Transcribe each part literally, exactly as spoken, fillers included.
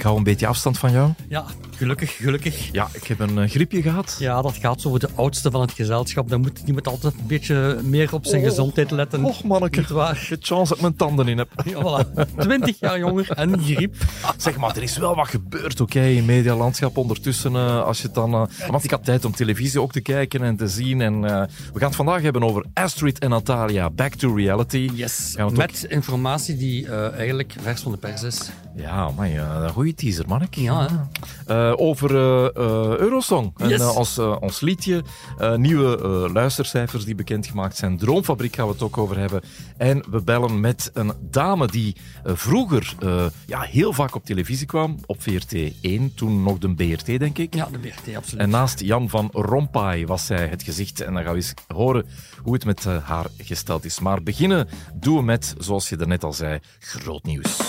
hou een beetje afstand van jou. Ja, gelukkig, gelukkig. Ja, ik heb een uh, griepje gehad. Ja, dat gaat zo voor de oudste van het gezelschap. Dan moet, die moet altijd een beetje meer op zijn oh, gezondheid letten. Och, manneke. Niet waar? Je chance dat ik mijn tanden in heb. Ja, voilà. Twintig jaar jonger en griep. Zeg maar, er is wel wat gebeurd, oké, okay, in medialandschap ondertussen. Uh, als je het dan, uh, want ik had tijd om televisie ook te kijken en te zien. En uh, we gaan het vandaag hebben over Astrid en Natalia, Back to Reality. Yes, met ook... informatie die uh, eigenlijk vers van de pers is. Ja, maar ja, een goede teaser, manneke. Ja, uh, over uh, uh, Eurosong. Yes. En, uh, ons, uh, ons liedje. Uh, nieuwe uh, luistercijfers die bekendgemaakt zijn. Droomfabriek gaan we het ook over hebben. En we bellen met een dame die uh, vroeger uh, ja, heel vaak op televisie kwam. Op V R T één, toen nog de B R T, denk ik. Ja, de B R T, absoluut. En naast Jan van Rompuy was zij het gezicht. En dan gaan we eens horen hoe het met uh, haar gesteld is. Maar beginnen doen we met, zoals je daarnet al zei, groot nieuws.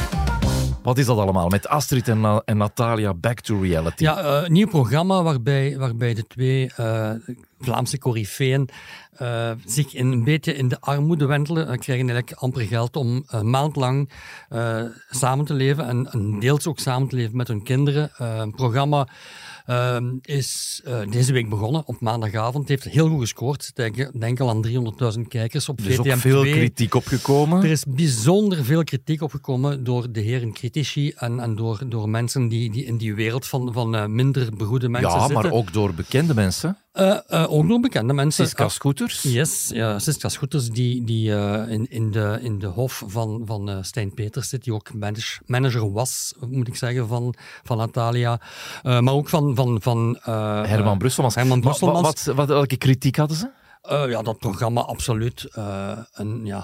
Wat is dat allemaal met Astrid en, uh, en Natalia, Back to Reality? Ja, een uh, nieuw programma waarbij, waarbij de twee uh, Vlaamse coryfeeën uh, zich in, een beetje in de armoede wentelen. Uh, krijgen eigenlijk amper geld om een maand lang uh, samen te leven en, en deels ook samen te leven met hun kinderen. Uh, een programma Uh, is uh, deze week begonnen, op maandagavond. Het heeft heel goed gescoord. Denk, denk al aan driehonderdduizend kijkers op V T M twee. Er is ook veel kritiek opgekomen. Er is bijzonder veel kritiek opgekomen door de heren critici en, en door, door mensen die, die in die wereld van, van uh, minder begoede mensen ja, zitten. Ja, maar ook door bekende mensen. Uh, uh, ook door bekende mensen. Siska Scooters. Uh, yes, ja, Siska Scooters die, die uh, in, in, de, in de hof van, van uh, Stijn Peters zit, die ook manage, manager was, moet ik zeggen, van, van Natalia. Uh, maar ook van... van, van uh, Herman Brusselmans. Herman Brusselmans. Wat, wat, wat, welke kritiek hadden ze? Uh, ja, dat programma absoluut uh, een... Ja,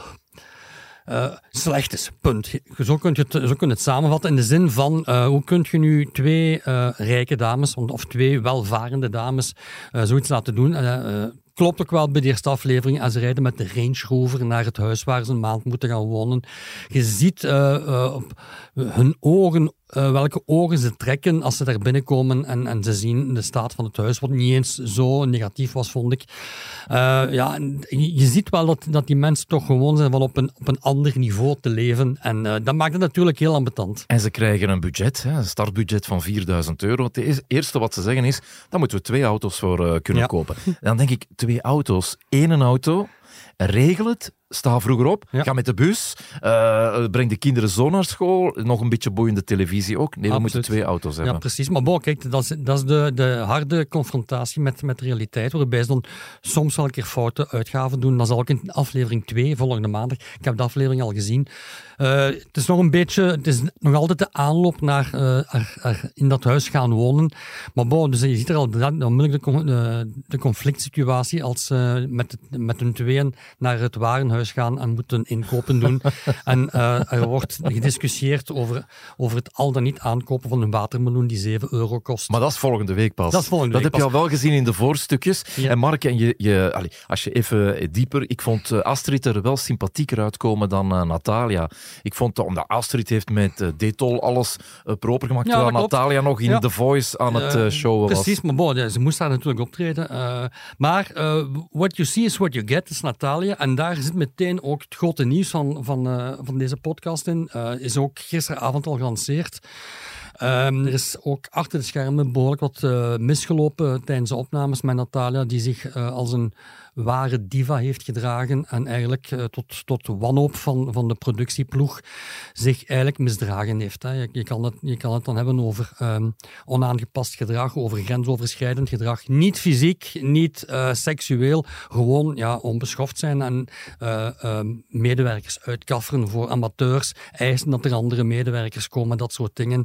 Uh, slecht is, punt. Zo kun je het, zo kun je het samenvatten in de zin van uh, hoe kun je nu twee uh, rijke dames, of twee welvarende dames, uh, zoiets laten doen. Uh, uh, klopt ook wel bij de eerste aflevering. En ze rijden met de Range Rover naar het huis waar ze een maand moeten gaan wonen. Je ziet uh, uh, op hun ogen uh, welke ogen ze trekken als ze daar binnenkomen en, en ze zien de staat van het huis, wat niet eens zo negatief was, vond ik. Uh, ja, je, je ziet wel dat, dat die mensen toch gewoon zijn van op een, op een ander niveau te leven. En uh, dat maakt het natuurlijk heel ambetant. En ze krijgen een budget, hè, een startbudget van vierduizend euro. Het eerste wat ze zeggen is, daar moeten we twee auto's voor uh, kunnen ja. kopen. En dan denk ik, twee auto's, één auto, regel het. Sta vroeger op, ja. ga met de bus, uh, breng de kinderen zo naar school, nog een beetje boeiende televisie ook. Nee, we Absoluut. moeten twee auto's hebben. Ja, precies. Maar bon, kijk, dat is, dat is de, de harde confrontatie met, met de realiteit, waarbij ze dan soms wel een keer foute uitgaven doen. Dan zal ik in aflevering twee, volgende maandag, ik heb de aflevering al gezien. Uh, het is nog een beetje, het is nog altijd de aanloop naar uh, er, er in dat huis gaan wonen. Maar bon, dus je ziet er al onmiddellijk de, de, de conflict situatie als uh, met, met hun tweeën naar het warenhuis gaan en moeten inkopen doen. En uh, er wordt gediscussieerd over, over het al dan niet aankopen van een watermeloen die zeven euro kost. Maar dat is volgende week pas. Dat is volgende dat week heb pas. je al wel gezien in de voorstukjes. Ja. En Mark, en je, je, allez, als je even dieper... Ik vond Astrid er wel sympathieker uitkomen dan uh, Natalia. Ik vond, omdat Astrid heeft met uh, Detol alles uh, proper gemaakt, ja, terwijl Natalia nog in ja. The Voice aan uh, het uh, showen was. Precies, maar bon, ja, ze moest daar natuurlijk optreden. Uh, maar uh, what you see is what you get, is Natalia. En daar zit meteen ook het grote nieuws van, van, uh, van deze podcast in. Uh, is ook gisteravond al gelanceerd. Um, er is ook achter de schermen behoorlijk wat uh, misgelopen tijdens de opnames met Natalia, die zich uh, als een ware diva heeft gedragen en eigenlijk uh, tot, tot wanhoop van, van de productieploeg zich eigenlijk misdragen heeft. Hè. Je, je, kan het, je kan het dan hebben over um, onaangepast gedrag, over grensoverschrijdend gedrag. Niet fysiek, niet uh, seksueel, gewoon ja, onbeschoft zijn en uh, uh, medewerkers uitkafferen voor amateurs, eisen dat er andere medewerkers komen, dat soort dingen.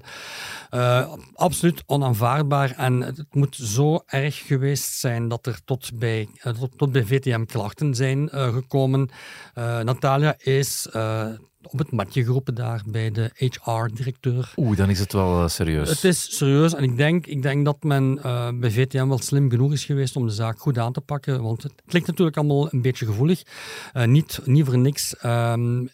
Uh, absoluut onaanvaardbaar en het moet zo erg geweest zijn dat er tot bij, uh, tot, tot bij V T M klachten zijn uh, gekomen. Uh, Natalia is uh, op het matje geroepen daar bij de H R-directeur. Oeh, dan is het wel uh, serieus. Het is serieus en ik denk, ik denk dat men uh, bij V T M wel slim genoeg is geweest om de zaak goed aan te pakken, want het klinkt natuurlijk allemaal een beetje gevoelig. Uh, niet, niet voor niks. Um,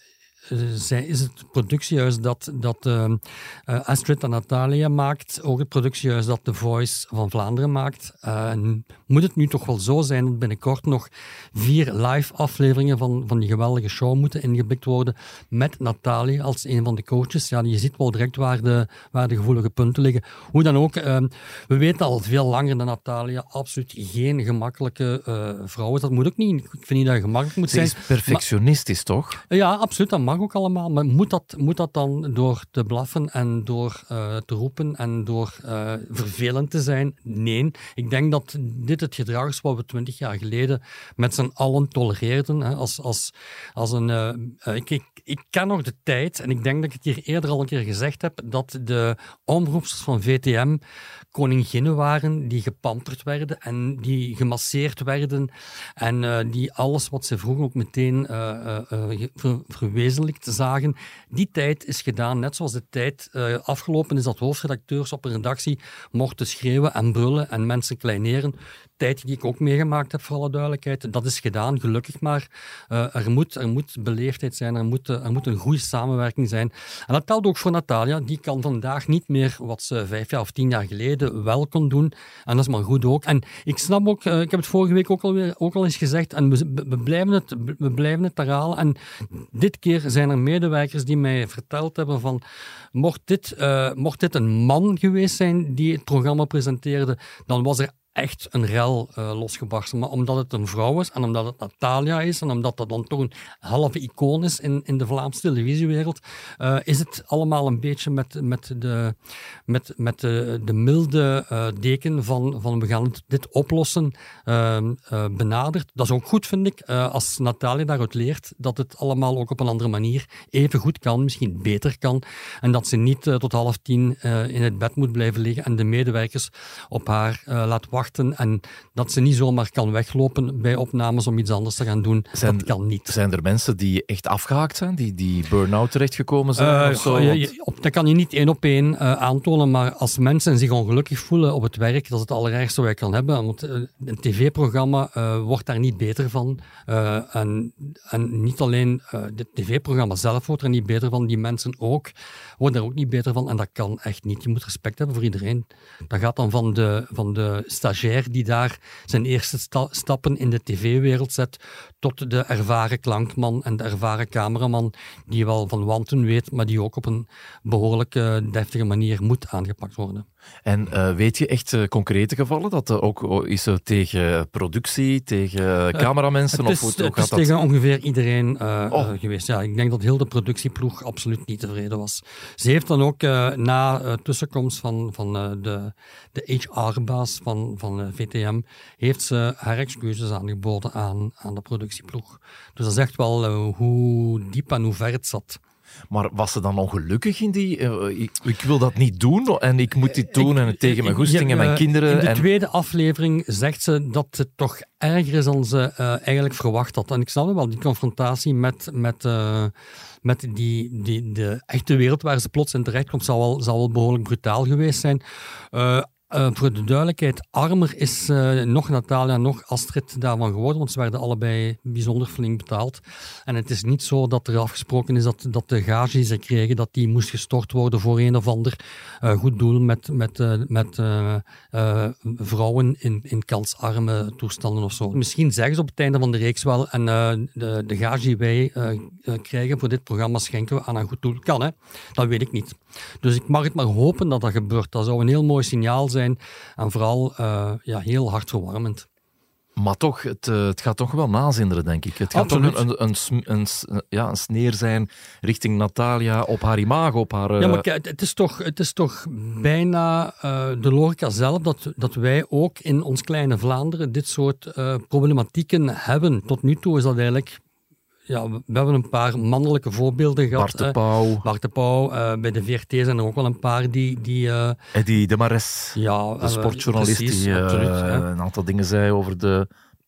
zij, is het productiehuis dat, dat uh, uh, Astrid en Natalia maakt, ook het productiehuis dat The Voice van Vlaanderen maakt. Uh, moet het nu toch wel zo zijn dat binnenkort nog vier live afleveringen van, van die geweldige show moeten ingeblikt worden met Natalia als een van de coaches. Ja, je ziet wel direct waar de, waar de gevoelige punten liggen. Hoe dan ook, uh, we weten al veel langer dat Natalia absoluut geen gemakkelijke uh, vrouw is. Dat moet ook niet. Ik vind niet dat je gemakkelijk moet zijn. Ze is perfectionistisch, maar, toch? Ja, absoluut. Dat mag ook allemaal. Maar moet dat, moet dat dan door te blaffen en door uh, te roepen en door uh, vervelend te zijn? Nee. Ik denk dat dit het gedrag is wat we twintig jaar geleden met z'n allen tolereerden. Hè. Als, als, als een, uh, uh, ik, ik, ik ken nog de tijd, en ik denk dat ik het hier eerder al een keer gezegd heb, dat de omroepsters van V T M koninginnen waren die gepamperd werden en die gemasseerd werden en uh, die alles wat ze vroegen ook meteen uh, uh, ver, verwezenlijkt zagen. Die tijd is gedaan, net zoals de tijd uh, afgelopen is dat hoofdredacteurs op een redactie mochten schreeuwen en brullen en mensen kleineren. Tijd die ik ook meegemaakt heb, voor alle duidelijkheid. Dat is gedaan, gelukkig maar. Uh, er, moet, er moet beleefdheid zijn, er moet, er moet een goede samenwerking zijn. En dat telt ook voor Natalia. Die kan vandaag niet meer wat ze vijf jaar of tien jaar geleden wel kon doen. En dat is maar goed ook. En ik snap ook, uh, ik heb het vorige week ook al, weer, ook al eens gezegd, en we, we, blijven het, we blijven het herhalen. En dit keer zijn er medewerkers die mij verteld hebben van, mocht dit, uh, mocht dit een man geweest zijn die het programma presenteerde, dan was er echt een rel uh, losgebarsten. Maar omdat het een vrouw is en omdat het Natalia is en omdat dat dan toch een halve icoon is in, in de Vlaamse televisiewereld, uh, is het allemaal een beetje met, met, de, met, met de, de milde uh, deken van, van we gaan dit oplossen uh, uh, benaderd. Dat is ook goed, vind ik, uh, als Natalia daaruit leert dat het allemaal ook op een andere manier even goed kan, misschien beter kan. En dat ze niet uh, tot half tien uh, in het bed moet blijven liggen en de medewerkers op haar uh, laat wachten. En dat ze niet zomaar kan weglopen bij opnames om iets anders te gaan doen. Zijn, dat kan niet. Zijn er mensen die echt afgehaakt zijn? Die, die burn-out terechtgekomen zijn? Uh, of zo? Je, je, op, dat kan je niet één op één uh, aantonen, maar als mensen zich ongelukkig voelen op het werk, dat is het allerergste wat je kan hebben. Want uh, een tv-programma uh, wordt daar niet beter van. Uh, en, en niet alleen uh, het tv-programma zelf wordt er niet beter van, die mensen ook worden er ook niet beter van. En dat kan echt niet. Je moet respect hebben voor iedereen. Dat gaat dan van de, van de stagiair die daar zijn eerste sta- stappen in de tv-wereld zet, tot de ervaren klankman en de ervaren cameraman die wel van wanten weet, maar die ook op een behoorlijk uh, deftige manier moet aangepakt worden. En uh, weet je echt uh, concrete gevallen? Dat uh, ook is uh, tegen productie, tegen cameramensen? Uh, het is, of hoe, het hoe is gaat tegen dat? ongeveer iedereen uh, oh. uh, geweest. Ja, ik denk dat heel de productieploeg absoluut niet tevreden was. Ze heeft dan ook uh, na uh, tussenkomst van, van uh, de, de H R-baas van, van uh, V T M, heeft ze haar excuses aangeboden aan, aan de productieploeg. Dus dat zegt wel uh, hoe diep en hoe ver het zat. Maar was ze dan ongelukkig in die... Uh, ik, ik wil dat niet doen en ik moet dit doen en tegen mijn goesting en mijn kinderen. In de en... tweede aflevering zegt ze dat het toch erger is dan ze uh, eigenlijk verwacht had. En ik snap wel, die confrontatie met, met, uh, met die, die, de echte wereld waar ze plots in terechtkomt, zal wel, zal wel behoorlijk brutaal geweest zijn. Uh, Uh, voor de duidelijkheid, armer is uh, nog Natalia, nog Astrid daarvan geworden, want ze werden allebei bijzonder flink betaald. En het is niet zo dat er afgesproken is dat, dat de gage die ze kregen, dat die moest gestort worden voor een of ander uh, goed doel met, met, uh, met uh, uh, vrouwen in, in kansarme toestanden of zo. Misschien zeggen ze op het einde van de reeks wel, en uh, de, de gage die wij uh, uh, krijgen voor dit programma schenken we aan een goed doel. Kan, hè? Dat weet ik niet. Dus ik mag het maar hopen dat dat gebeurt. Dat zou een heel mooi signaal zijn. Zijn, en vooral uh, ja, heel hartverwarmend. Maar toch, het, uh, het gaat toch wel nazinderen, denk ik. Het gaat Absoluut. toch een, een, een, een, een, ja, een sneer zijn richting Natalia op haar imago, op haar... Uh... Ja, maar kijk, het is toch, het is toch bijna uh, de logica zelf dat, dat wij ook in ons kleine Vlaanderen dit soort uh, problematieken hebben. Tot nu toe is dat eigenlijk... Ja, we hebben een paar mannelijke voorbeelden gehad. Bart de Pauw. Bart de Pauw. Uh, bij de V R T zijn er ook wel een paar die... die uh, Eddie de Mares, ja, de sportjournalist, uh, die uh, absoluut, een aantal dingen zei over de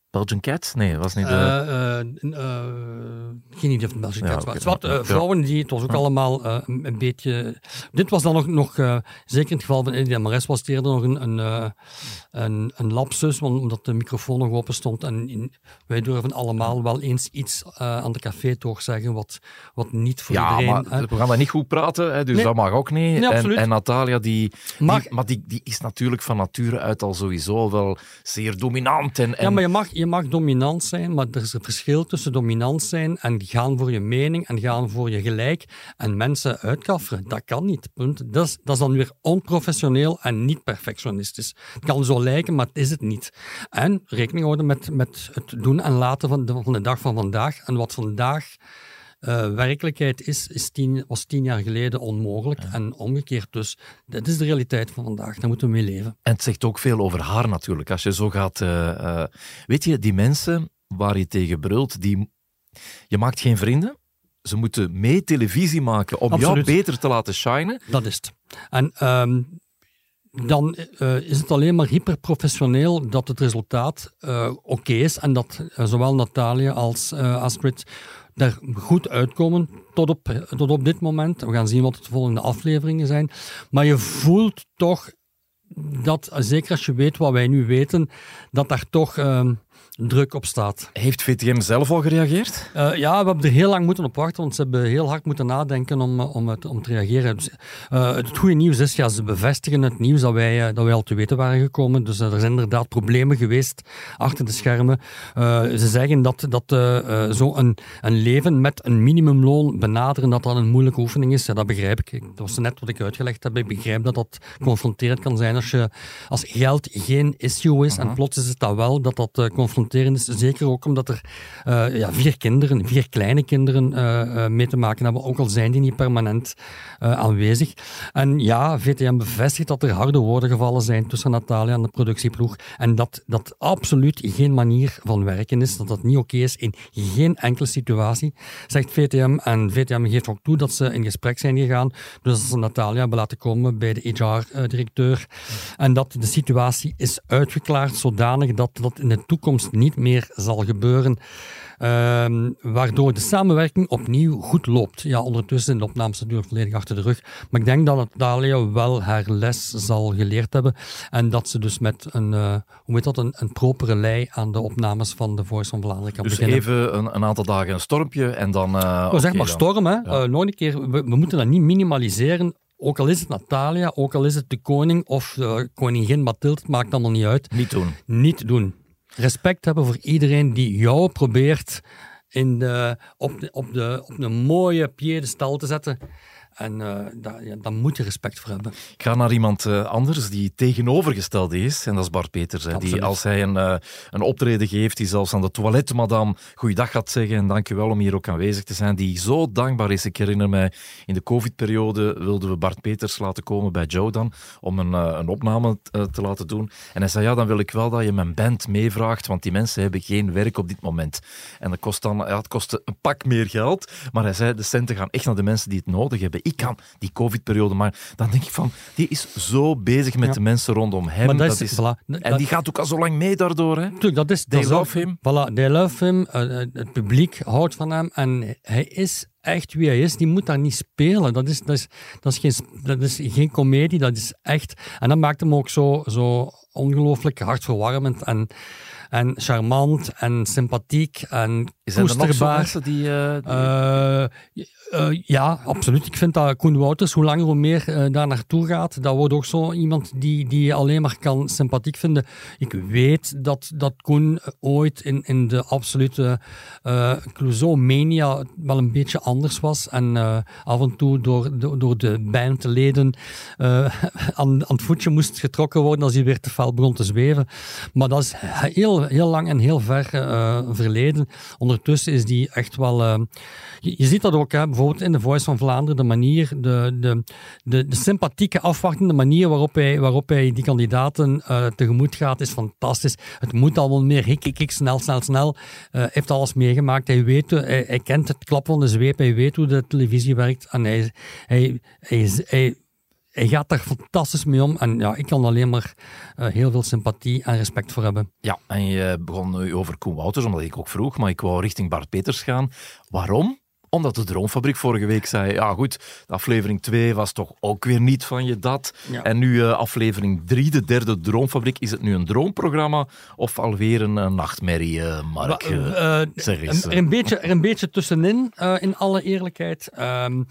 Belgian Cat? Nee, dat was niet de... Uh, uh, uh, geen idee of het Belgian Ja, Cat okay. was. Het was uh, vrouwen die, het was ook ja. allemaal uh, een, een beetje... Dit was dan nog, nog uh, zeker in het geval van Eddie de Marais, was het eerder nog een, een, uh, een, een lapsus, want, omdat de microfoon nog open stond. En in, wij durven allemaal wel eens iets uh, aan de café-toog zeggen, wat, wat niet voor ja, iedereen... Maar, uh, we gaan dat niet goed praten, hè, dus nee. dat mag ook niet. Nee, en, en Natalia, die, maar, die, maar die, die is natuurlijk van nature uit al sowieso wel zeer dominant. En, en... Ja, maar je mag, je mag dominant zijn, maar er is een verschil tussen dominant zijn en gaan voor je mening en gaan voor je gelijk en mensen uitkafferen. Dat kan niet, punt. Dat is, dat is dan weer onprofessioneel en niet perfectionistisch. Het kan zo lijken, maar het is het niet. En rekening houden met, met het doen en laten van de, van de dag van vandaag. En wat vandaag uh, werkelijkheid is, is tien, was tien jaar geleden onmogelijk. Ja. En omgekeerd dus. Dat is de realiteit van vandaag. Daar moeten we mee leven. En het zegt ook veel over haar natuurlijk. Als je zo gaat... Uh, uh, weet je, die mensen waar je tegen brult, die, je maakt geen vrienden. Ze moeten mee televisie maken om Absoluut. jou beter te laten shinen. Dat is het. En um, dan uh, is het alleen maar hyperprofessioneel dat het resultaat uh, oké okay is en dat uh, zowel Natalia als uh, Astrid daar goed uitkomen tot op, tot op dit moment. We gaan zien wat de volgende afleveringen zijn. Maar je voelt toch dat, zeker als je weet wat wij nu weten, dat daar toch uh, druk op staat. Heeft V T M zelf al gereageerd? Uh, ja, we hebben er heel lang moeten op wachten, want ze hebben heel hard moeten nadenken om, om, het, om te reageren. Dus, uh, het goede nieuws is, ja, ze bevestigen het nieuws dat wij, uh, dat wij al te weten waren gekomen. Dus uh, er zijn inderdaad problemen geweest achter de schermen. Uh, ze zeggen dat, dat uh, uh, zo een, een leven met een minimumloon benaderen, dat dat een moeilijke oefening is. Ja, dat begrijp ik. Dat was net wat ik uitgelegd heb. Ik begrijp dat dat confronterend kan zijn als, je, als geld geen issue is. Uh-huh. En plots is het dat wel, dat dat uh, confronterend is. Zeker ook omdat er uh, ja, vier kinderen, vier kleine kinderen uh, uh, mee te maken hebben, ook al zijn die niet permanent uh, aanwezig. En ja, V T M bevestigt dat er harde woorden gevallen zijn tussen Natalia en de productieploeg en dat dat absoluut geen manier van werken is, dat dat niet oké is in geen enkele situatie, zegt V T M. En V T M geeft ook toe dat ze in gesprek zijn gegaan, dus dat ze Natalia hebben laten komen bij de H R-directeur en dat de situatie is uitgeklaard zodanig dat dat in de toekomst niet meer zal gebeuren, uh, waardoor de samenwerking opnieuw goed loopt. Ja, ondertussen zijn de opnames natuurlijk volledig achter de rug, maar ik denk dat Natalia wel haar les zal geleerd hebben en dat ze dus met een, uh, hoe heet dat, een, een propere lei aan de opnames van The Voice van Vlaanderen kan dus beginnen. Dus even een, een aantal dagen een stormpje en dan... Uh, oh, zeg okay, maar storm, hè. Ja. Uh, nog een keer, we, we moeten dat niet minimaliseren. Ook al is het Natalia, ook al is het de koning of uh, koningin Mathilde, het maakt allemaal niet uit. Niet doen. Niet doen. Respect hebben voor iedereen die jou probeert in de, op, de, op, de, op een mooie piedestal te zetten. En uh, daar, ja, daar moet je respect voor hebben. Ik ga naar iemand uh, anders die tegenovergestelde is. En dat is Bart Peters. Hè, die als hij een, uh, een optreden geeft, die zelfs aan de toiletmadam goeiedag gaat zeggen. En dankjewel om hier ook aanwezig te zijn. Die zo dankbaar is. Ik herinner mij, in de covid-periode wilden we Bart Peters laten komen bij Joe dan. Om een, uh, een opname t, uh, te laten doen. En hij zei, ja, dan wil ik wel dat je mijn band meevraagt. Want die mensen hebben geen werk op dit moment. En dat kost dan, ja, het kostte een pak meer geld. Maar hij zei, de centen gaan echt naar de mensen die het nodig hebben. Ik kan die covid-periode, maar dan denk ik van, die is zo bezig met ja. de mensen rondom hem. Maar dat dat is, is, voilà, en dat, die gaat ook al zo lang mee daardoor. Hè? Tuurlijk, dat is... They dat love is, him. Voilà, they love him. Uh, het publiek houdt van hem en hij is echt wie hij is. Die moet daar niet spelen. Dat is, dat is, dat is, geen, dat is geen komedie, dat is echt... En dat maakt hem ook zo, zo ongelooflijk hartverwarmend en... En charmant en sympathiek en Zijn er nog zo koesterbaar. mensen die... Uh, die... Uh, uh, ja, absoluut. Ik vind dat Koen Wouters, hoe langer hoe meer uh, daar naartoe gaat, dat wordt ook zo iemand die, die je alleen maar kan sympathiek vinden. Ik weet dat, dat Koen ooit in, in de absolute uh, Clouseau-mania wel een beetje anders was en uh, af en toe door, door, door de bandleden uh, aan, aan het voetje moest getrokken worden als hij weer te fel begon te zweven. Maar dat is heel heel lang en heel ver uh, verleden. Ondertussen is die echt wel... Uh, je, je ziet dat ook, hè, bijvoorbeeld in The Voice van Vlaanderen, de manier, de, de, de, de sympathieke, afwachtende manier waarop hij, waarop hij die kandidaten uh, tegemoet gaat, is fantastisch. Het moet allemaal meer hik, hik, hik, snel, snel, snel. Hij uh, heeft alles meegemaakt. Hij weet, uh, hij, hij kent het klap van de zweep, hij weet hoe de televisie werkt. En hij, hij, hij, hij hij gaat daar fantastisch mee om. En ja, ik kan alleen maar uh, heel veel sympathie en respect voor hebben. Ja, en je begon nu over Koen Wouters, omdat ik ook vroeg, maar ik wou richting Bart Peters gaan. Waarom? Omdat de Droomfabriek vorige week zei, ja goed, de aflevering twee was toch ook weer niet van je dat. Ja. En nu uh, aflevering drie, de derde Droomfabriek. Is het nu een droomprogramma of alweer een, een nachtmerrie, uh, Mark? Uh, uh, zeg eens. Er een, beetje, er een beetje tussenin, uh, in alle eerlijkheid. Um,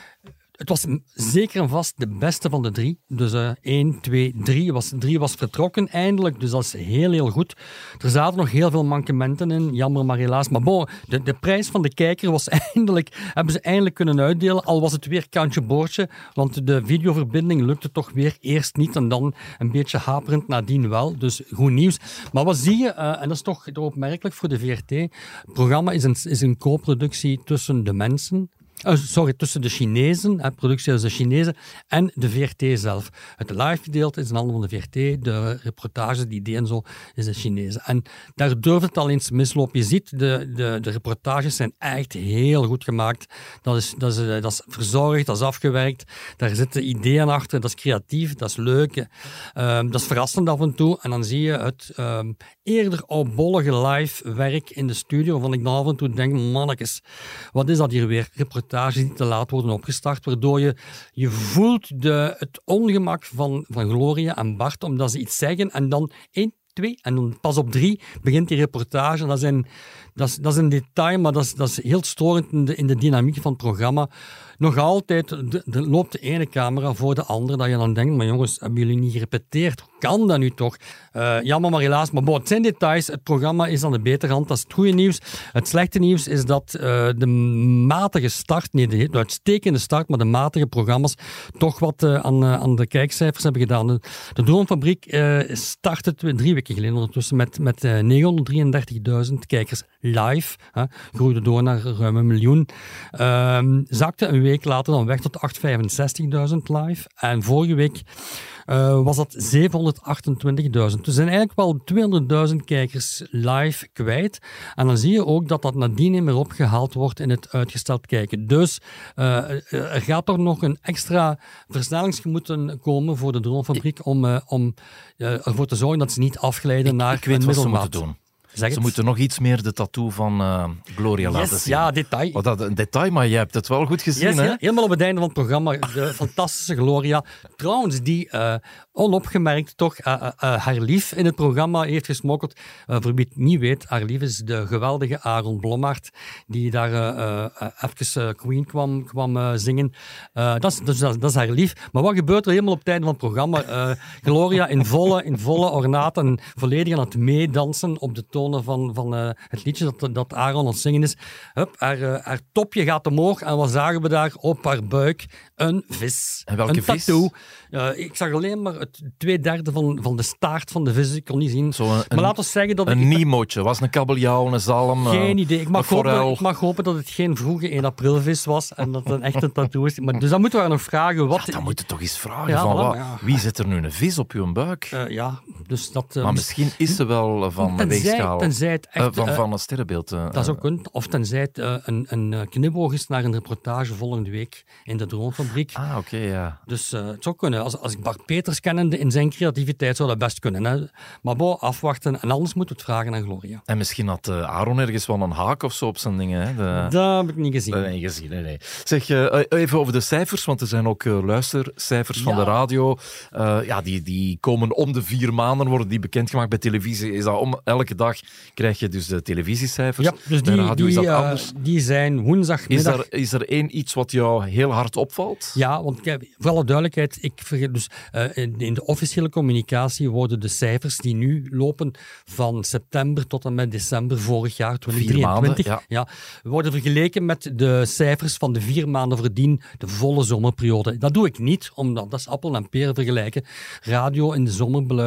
Het was zeker en vast de beste van de drie. Dus uh, één, twee, drie was, drie was vertrokken eindelijk. Dus dat is heel, heel goed. Er zaten nog heel veel mankementen in. Jammer, maar helaas. Maar bon, de, de prijs van de kijker was eindelijk, hebben ze eindelijk kunnen uitdelen. Al was het weer kantje boordje. Want de videoverbinding lukte toch weer eerst niet. En dan een beetje haperend nadien wel. Dus goed nieuws. Maar wat zie je, uh, en dat is toch opmerkelijk voor de V R T. Het programma is een, is een co-productie tussen de mensen. Uh, sorry, tussen de Chinezen, hè, productie is de Chinezen, en de V R T zelf. Het live gedeelte is een ander van de V R T, de reportages, die idee en zo, is de Chinezen. En daar durft het al eens mislopen. Je ziet, de, de, de reportages zijn echt heel goed gemaakt. Dat is, dat, is, dat is verzorgd, dat is afgewerkt, daar zitten ideeën achter, dat is creatief, dat is leuk, uh, dat is verrassend af en toe. En dan zie je het uh, eerder opbollige live werk in de studio, waarvan ik dan af en toe denk, mannetjes, wat is dat hier weer? Reportages die niet te laat worden opgestart, waardoor je, je voelt de, het ongemak van, van Gloria en Bart, omdat ze iets zeggen en dan één, twee en dan pas op drie begint die reportage. Dat is een, dat is, dat is een detail, maar dat is, dat is heel storend in de, in de dynamiek van het programma. Nog altijd de, de, loopt de ene camera voor de andere, dat je dan denkt, maar jongens, hebben jullie niet gerepeteerd? Hoe kan dat nu toch? Uh, jammer, maar helaas. Maar bon, het zijn details. Het programma is aan de betere hand. Dat is het goede nieuws. Het slechte nieuws is dat uh, de matige start, nee, de, de uitstekende start, maar de matige programma's toch wat uh, aan, uh, aan de kijkcijfers hebben gedaan. De, de Droomfabriek uh, startte twee, drie weken geleden ondertussen met, met uh, negenhonderddrieëndertigduizend kijkers live. Hè, groeide door naar ruim een miljoen. Uh, zakte een week later dan weg tot achthonderdvijfenzestigduizend live. En vorige week uh, was dat zevenhonderdachtentwintigduizend. Dus er zijn eigenlijk wel tweehonderdduizend kijkers live kwijt. En dan zie je ook dat dat nadien niet meer opgehaald wordt in het uitgesteld kijken. Dus uh, er gaat toch nog een extra versnellingsgemoed komen voor de Droomfabriek om, uh, om uh, ervoor te zorgen dat ze niet afglijden ik, naar ik weet een wat ze middelmaat. moeten doen. Ze moeten nog iets meer de tattoo van uh, Gloria yes, laten zien. Ja, detail. Oh, dat een detail, maar je hebt het wel goed gezien, yes, hè? Ja, helemaal op het einde van het programma. De fantastische Gloria. Trouwens, die uh, onopgemerkt toch uh, uh, uh, haar lief in het programma heeft gesmokkeld. Uh, voor wie het niet weet, haar lief is de geweldige Aaron Blommaert, die daar uh, uh, even uh, Queen kwam, kwam uh, zingen. Uh, dat, is, dus, dat, dat is haar lief. Maar wat gebeurt er helemaal op het einde van het programma? Uh, Gloria in volle, in volle ornaat en volledig aan het meedansen op de tonen van, van uh, het liedje dat, dat Aaron aan het zingen is. Hup, haar, uh, haar topje gaat omhoog en wat zagen we daar op haar buik? Een vis. En welke een vis? tattoo. Uh, ik zag alleen maar het twee derde van, van de staart van de vis. Ik kon niet zien. Zo een, maar laten we zeggen dat een ik... Nemootje. Was een kabeljauw, een zalm? Geen uh, idee. Ik mag, hopen, ik mag hopen dat het geen vroege één april vis was en dat het een echte tattoo is. Maar, dus dan moeten we haar nog vragen. Wat ja, dan moet je toch eens vragen. Ja, van, voilà, wat, ja. Wie zet er nu een vis op je buik? Uh, ja, dus dat... Uh, maar misschien is ze wel van de weegschaal. Tenzij het echt... Uh, van, uh, van een sterrenbeeld. Uh, dat zou kunnen. Of tenzij het uh, een, een knipoog is naar een reportage volgende week in de Droomfabriek. Ah, oké, okay, ja. Dus uh, het zou kunnen. Als, als ik Bart Peters kennende in zijn creativiteit zou dat best kunnen. Hè. Maar bon, afwachten. En anders moeten we het vragen aan Gloria. En misschien had uh, Aaron ergens wel een haak of zo op zijn dingen. Hè? De... Dat heb ik niet gezien. Dat heb ik niet gezien, nee. nee. Zeg, uh, even over de cijfers, want er zijn ook uh, luistercijfers ja. van de radio. Uh, ja, die, die komen om de vier maanden, worden die bekendgemaakt. Bij televisie is dat om elke dag krijg je dus de televisiecijfers. Ja, dus die, bij radio die, is dat uh, anders. Die zijn woensdagmiddag... Is er, is er één iets wat jou heel hard opvalt? Ja, want kijk, voor alle duidelijkheid, ik vergeet dus, uh, in, in de officiële communicatie worden de cijfers die nu lopen van september tot en met december vorig jaar, twintig drieëntwintig, maanden, ja. Ja, worden vergeleken met de cijfers van de vier maanden voordien, de volle zomerperiode. Dat doe ik niet, omdat dat is appel en peren vergelijken. Radio in de zomer beluisteren is een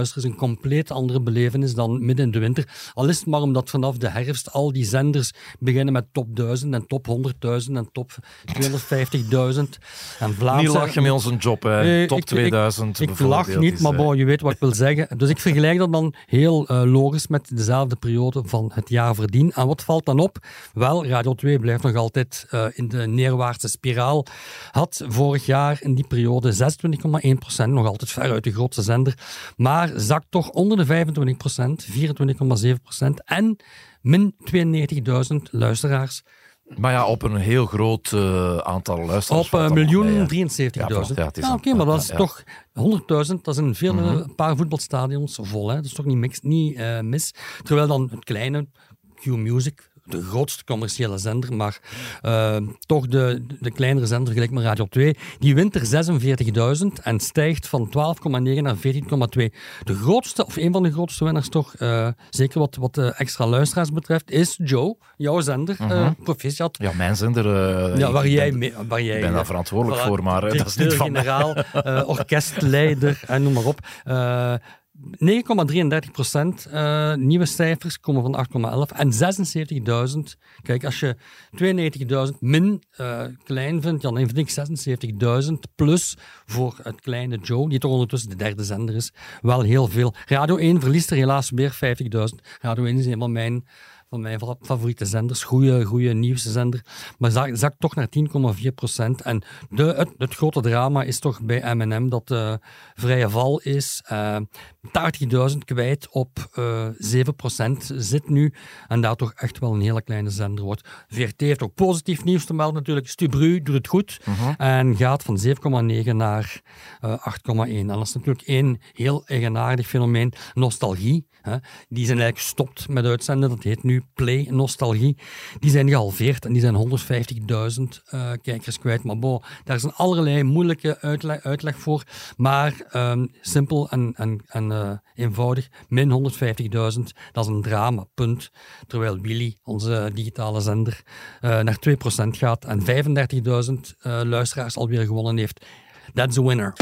compleet andere belevenis dan midden in de winter. Al is het maar omdat vanaf de herfst al die zenders beginnen met top duizend en top honderdduizend en top tweehonderdvijftigduizend. En Vlaamse... Niet lachen met onze job, hè. Nee, top ik, tweeduizend. Ik, ik lach niet, maar bon, je weet wat ik wil zeggen. Dus ik vergelijk dat dan heel uh, logisch met dezelfde periode van het jaar voordien. En wat valt dan op? Wel, Radio twee blijft nog altijd uh, in de neerwaartse spiraal. Had vorig jaar in die periode zesentwintig komma één procent, nog altijd veruit de grootste zender, maar zakt toch onder de vijfentwintig procent, vierentwintig komma zeven procent en min tweeënnegentigduizend luisteraars. Maar ja, op een heel groot uh, aantal luisteraars. Op een miljoen drieënzeventigduizend. Ja, ja, ja, oké, okay, maar dat is ja, ja. toch honderdduizend, dat is een veel, mm-hmm. een paar voetbalstadions vol. Hè? Dat is toch niet, mix, niet uh, mis. Terwijl dan het kleine Q-Music, de grootste commerciële zender, maar uh, toch de, de kleinere zender, gelijk met Radio twee, die wint er zesenveertigduizend en stijgt van twaalf komma negen naar veertien komma twee. De grootste, of een van de grootste winnaars toch, uh, zeker wat, wat de extra luisteraars betreft, is Joe, jouw zender, uh-huh. uh, proficiat. Ja, mijn zender. Uh, ja, waar ik jij ben, mee, waar jij, ben daar verantwoordelijk uh, voor, maar uh, dat is niet van generaal, uh, orkestleider en noem maar op. Uh, negen komma drieëndertig procent uh, nieuwe cijfers komen van acht komma elf en zesenzeventigduizend. Kijk, als je tweeënnegentigduizend min uh, klein vindt, dan vind ik zesenzeventigduizend plus voor het kleine Joe, die toch ondertussen de derde zender is, wel heel veel. Radio één verliest er helaas weer vijftigduizend. Radio één is een van mijn, van mijn favoriete zenders, goede, goede nieuwste zender, maar zakt zak toch naar tien komma vier procent. En de, het, het grote drama is toch bij M en M dat uh, vrije val is. Uh, tachtigduizend kwijt op uh, zeven procent zit nu. En daar toch echt wel een hele kleine zender wordt. V R T heeft ook positief nieuws te melden natuurlijk. Stubru doet het goed. Uh-huh. En gaat van zeven komma negen naar uh, acht komma één. En dat is natuurlijk één heel eigenaardig fenomeen. Nostalgie. Hè. Die zijn eigenlijk gestopt met uitzenden. Dat heet nu Play Nostalgie. Die zijn gehalveerd en die zijn honderdvijftigduizend uh, kijkers kwijt. Maar bon, daar is een allerlei moeilijke uitleg, uitleg voor. Maar um, simpel en, en, en uh, eenvoudig. Min honderdvijftigduizend, dat is een drama, punt. Terwijl Willy, onze digitale zender, uh, naar twee procent gaat en vijfendertigduizend uh, luisteraars alweer gewonnen heeft. That's a winner.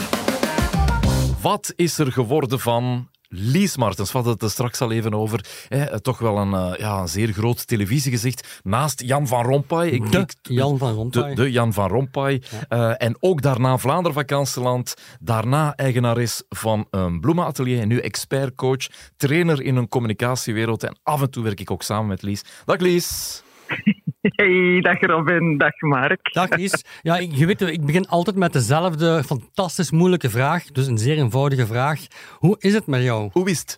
Wat is er geworden van Lies Martens? We hadden het er straks al even over. Eh, toch wel een, uh, ja, een zeer groot televisiegezicht. Naast Jan van Rompuy. Ik, de ik, Jan van Rompuy. De, de Jan van Rompuy. Ja. Uh, en ook daarna Vlaanderen Vakantieland. Daarna eigenares van een bloemenatelier. En nu expertcoach. Trainer in een communicatiewereld. En af en toe werk ik ook samen met Lies. Dag Lies. Hey, dag Robin, dag Mark. Dag Lies. Ja, je weet, ik begin altijd met dezelfde fantastisch moeilijke vraag. Dus een zeer eenvoudige vraag. Hoe is het met jou? Hoe is het?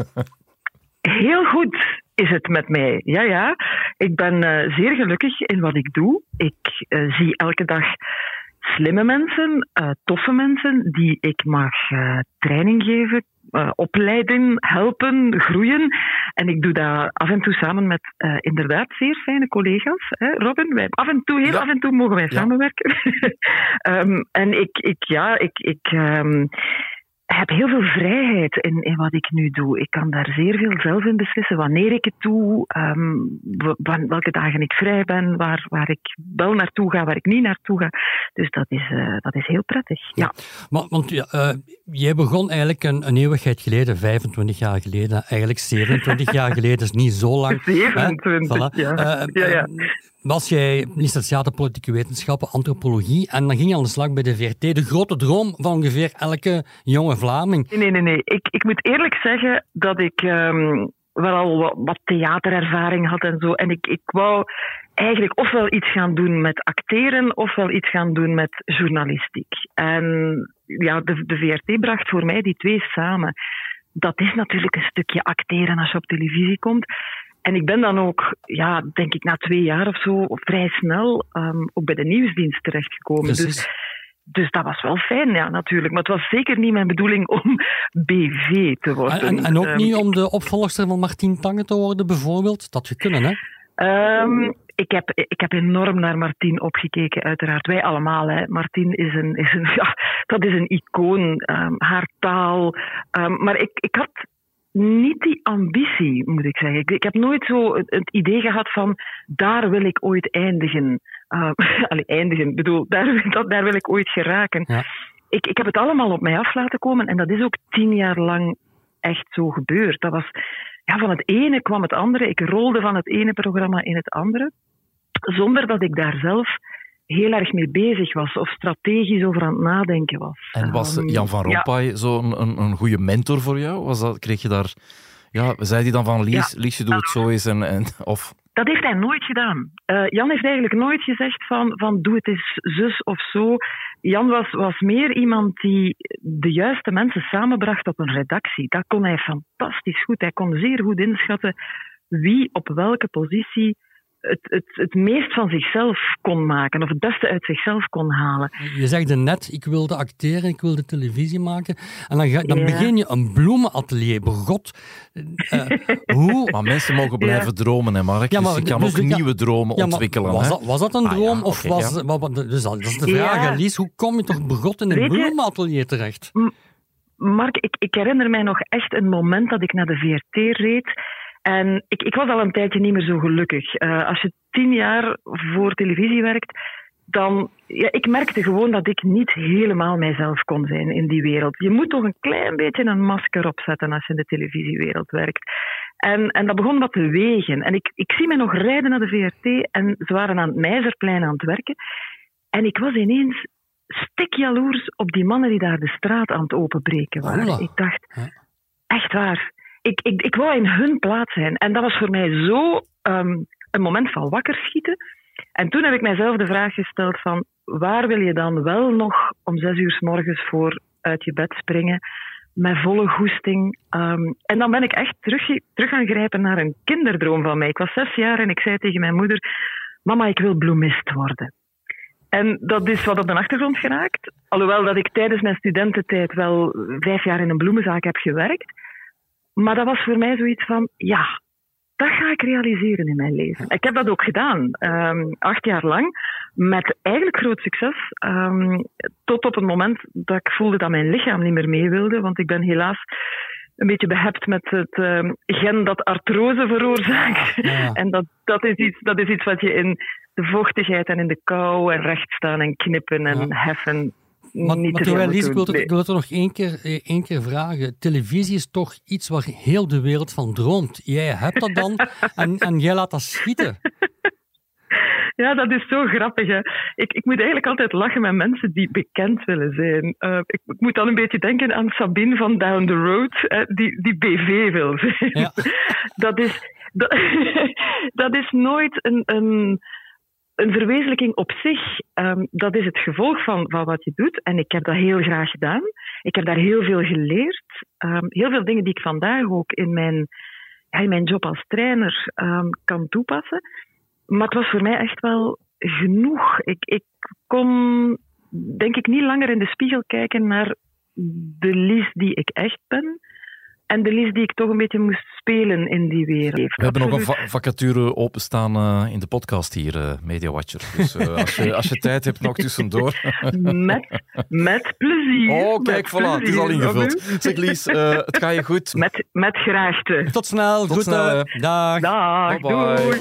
Heel goed is het met mij. Ja, ja. Ik ben uh, zeer gelukkig in wat ik doe. Ik uh, zie elke dag slimme mensen, uh, toffe mensen die ik mag uh, training geven, uh, opleiden, helpen, groeien. En ik doe dat af en toe samen met uh, inderdaad zeer fijne collega's. Hè, Robin, wij af en toe, heel ja. af en toe mogen wij ja. samenwerken. um, en ik, ik, ja, ik, ik um, heb heel veel vrijheid in, in wat ik nu doe. Ik kan daar zeer veel zelf in beslissen wanneer ik het doe, um, welke dagen ik vrij ben, waar, waar ik wel naartoe ga, waar ik niet naartoe ga. Dus dat is, uh, dat is heel prettig. Ja. Ja. Maar, want ja, uh, jij begon eigenlijk een, een eeuwigheid geleden, vijfentwintig jaar geleden, eigenlijk zevenentwintig jaar geleden, is niet zo lang. zevenentwintig, voilà. ja. Uh, ja, ja. Uh, was jij licentiate politieke wetenschappen, antropologie, en dan ging je aan de slag bij de V R T. De grote droom van ongeveer elke jonge Vlaming. Nee, nee, nee. Ik, ik moet eerlijk zeggen dat ik um, wel al wat, wat theaterervaring had en zo. En ik, ik wou eigenlijk ofwel iets gaan doen met acteren, ofwel iets gaan doen met journalistiek. En ja, de, de V R T bracht voor mij die twee samen. Dat is natuurlijk een stukje acteren als je op televisie komt. En ik ben dan ook, ja, denk ik na twee jaar of zo, vrij snel um, ook bij de nieuwsdienst terechtgekomen. Dus, dus dat was wel fijn, ja, natuurlijk. Maar het was zeker niet mijn bedoeling om B V te worden. En, en, en ook um, niet om de opvolgster van Martien Tange te worden, bijvoorbeeld? Dat je kunnen, hè? Um, ik, heb, ik heb enorm naar Martien opgekeken, uiteraard. Wij allemaal, hè. Martien is een, is een, ja, dat is een icoon. Um, haar taal. Um, maar ik, ik had niet die ambitie, moet ik zeggen. Ik, ik heb nooit zo het, het idee gehad van, daar wil ik ooit eindigen. Uh, allee, eindigen, ik bedoel, daar, dat, daar wil ik ooit geraken. Ja. Ik, ik heb het allemaal op mij af laten komen en dat is ook tien jaar lang echt zo gebeurd. Dat was, ja, van het ene kwam het andere. Ik rolde van het ene programma in het andere, zonder dat ik daar zelf heel erg mee bezig was of strategisch over aan het nadenken was. En was Um, Jan van Rompuy ja. zo'n een, een goede mentor voor jou? Was dat, kreeg je daar... Ja, zei hij dan van, Lies, ja. Liesje, doe het zo eens en... en of... Dat heeft hij nooit gedaan. Uh, Jan heeft eigenlijk nooit gezegd van, van doe het eens zus of zo. Jan was, was meer iemand die de juiste mensen samenbracht op een redactie. Dat kon hij fantastisch goed. Hij kon zeer goed inschatten wie op welke positie het, het, het meest van zichzelf kon maken of het beste uit zichzelf kon halen. Je zegde net, ik wilde acteren, ik wilde televisie maken. En dan, ga, dan ja. begin je een bloemenatelier. Begot. Uh, hoe? Maar mensen mogen blijven ja. dromen, hè Mark. Ja, maar, dus je kan dus ook de, nieuwe dromen ja, ontwikkelen. Was, hè? Dat, was dat een droom? Ah, ja, of okay, was, ja. wat, dus dat is de vraag, ja. Lies. Hoe kom je toch begot in een Weet bloemenatelier terecht? M- Mark, ik, ik herinner mij nog echt een moment dat ik naar de V R T reed. En ik, ik was al een tijdje niet meer zo gelukkig. Uh, als je tien jaar voor televisie werkt, dan... Ja, ik merkte gewoon dat ik niet helemaal mijzelf kon zijn in die wereld. Je moet toch een klein beetje een masker opzetten als je in de televisiewereld werkt. En, en dat begon wat te wegen. En ik, ik zie mij nog rijden naar de V R T en ze waren aan het Meizerplein aan het werken. En ik was ineens stikjaloers op die mannen die daar de straat aan het openbreken waren. Hola. Ik dacht, echt waar... Ik, ik, ik wou in hun plaats zijn. En dat was voor mij zo um, een moment van wakker schieten. En toen heb ik mijzelf de vraag gesteld van... waar wil je dan wel nog om zes uur 's morgens voor uit je bed springen? Met volle goesting. Um, en dan ben ik echt terug, terug gaan grijpen naar een kinderdroom van mij. Ik was zes jaar en ik zei tegen mijn moeder... Mama, ik wil bloemist worden. En dat is wat op de achtergrond geraakt. Alhoewel dat ik tijdens mijn studententijd wel vijf jaar in een bloemenzaak heb gewerkt... Maar dat was voor mij zoiets van, ja, dat ga ik realiseren in mijn leven. Ik heb dat ook gedaan, um, acht jaar lang, met eigenlijk groot succes. Um, tot op het moment dat ik voelde dat mijn lichaam niet meer mee wilde, want ik ben helaas een beetje behept met het um, gen dat artrose veroorzaakt. Ja. En dat, dat, is iets, dat is iets wat je in de vochtigheid en in de kou en rechtstaan en knippen en ja. heffen... Maar, maar terwijl, Lies, ik wil, nee. ik wil het er nog één keer, één keer vragen. Televisie is toch iets waar heel de wereld van droomt. Jij hebt dat dan en, en jij laat dat schieten. Ja, dat is zo grappig. Hè. Ik, ik moet eigenlijk altijd lachen met mensen die bekend willen zijn. Uh, ik, ik moet dan een beetje denken aan Sabine van Down the Road, uh, die, die B V wil zijn. Ja. Dat, is, dat, dat is nooit een... een Een verwezenlijking op zich, um, dat is het gevolg van, van wat je doet. En ik heb dat heel graag gedaan. Ik heb daar heel veel geleerd. Um, heel veel dingen die ik vandaag ook in mijn, ja, in mijn job als trainer um, kan toepassen. Maar het was voor mij echt wel genoeg. Ik, ik kon, denk ik, niet langer in de spiegel kijken naar de Lies die ik echt ben. En de Lies die ik toch een beetje moest spelen in die wereld. We hebben nog een va- vacature openstaan uh, in de podcast hier, uh, Media Watcher. Dus uh, als, je, als je tijd hebt nog tussendoor. Met, met plezier. Oh, kijk, met voilà, plezier. Het is al ingevuld. Zeg Lies, uh, het gaat je goed. Met, met graagte. Tot snel. Tot goed, snel. Dag. Dag, bye bye. doei.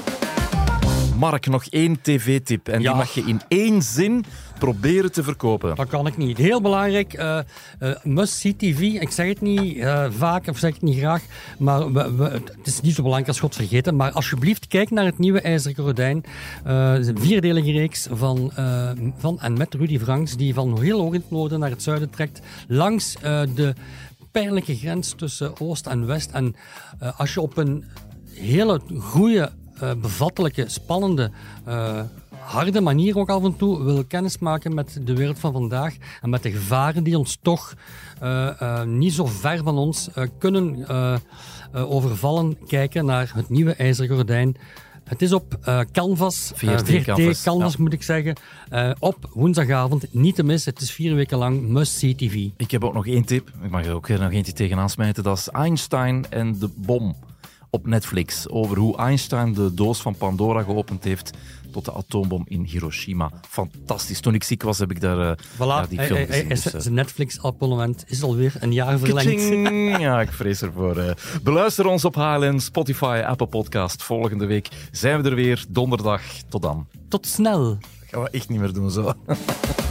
Mark, nog één tv-tip. En ja. die mag je in één zin proberen te verkopen. Dat kan ik niet. Heel belangrijk, uh, uh, must-see T V. Ik zeg het niet uh, vaak of zeg het niet graag, maar we, we, het is niet zo belangrijk als God vergeten. Maar alsjeblieft, kijk naar het nieuwe IJzeren Gordijn. Uh, een vierdelige reeks van, uh, van en met Rudy Franks, die van heel hoog in het noorden naar het zuiden trekt, langs uh, de pijnlijke grens tussen Oost en West. En uh, als je op een hele goede, uh, bevattelijke, spannende... Uh, harde manier ook af en toe wil kennismaken met de wereld van vandaag en met de gevaren die ons toch uh, uh, niet zo ver van ons uh, kunnen uh, uh, overvallen. Kijken naar het nieuwe IJzeren Gordijn. Het is op uh, Canvas, V R T, uh, V R T Canvas, Canvas ja. moet ik zeggen, uh, op woensdagavond. Niet te missen, het is vier weken lang must-see T V. Ik heb ook nog één tip, ik mag er ook nog eentje tegenaan smijten, dat is Einstein en de bom op Netflix. Over hoe Einstein de doos van Pandora geopend heeft tot de atoombom in Hiroshima. Fantastisch. Toen ik ziek was, heb ik daar uh, voilà. ja, die film gezien. Hij, hij, dus, uh... zijn Netflix-abonnement is alweer een jaar verlengd. Kaching! Ja, ik vrees ervoor. Uh. Beluister ons op H L N, Spotify, Apple Podcast. Volgende week zijn we er weer, donderdag. Tot dan. Tot snel. Dat gaan we echt niet meer doen zo.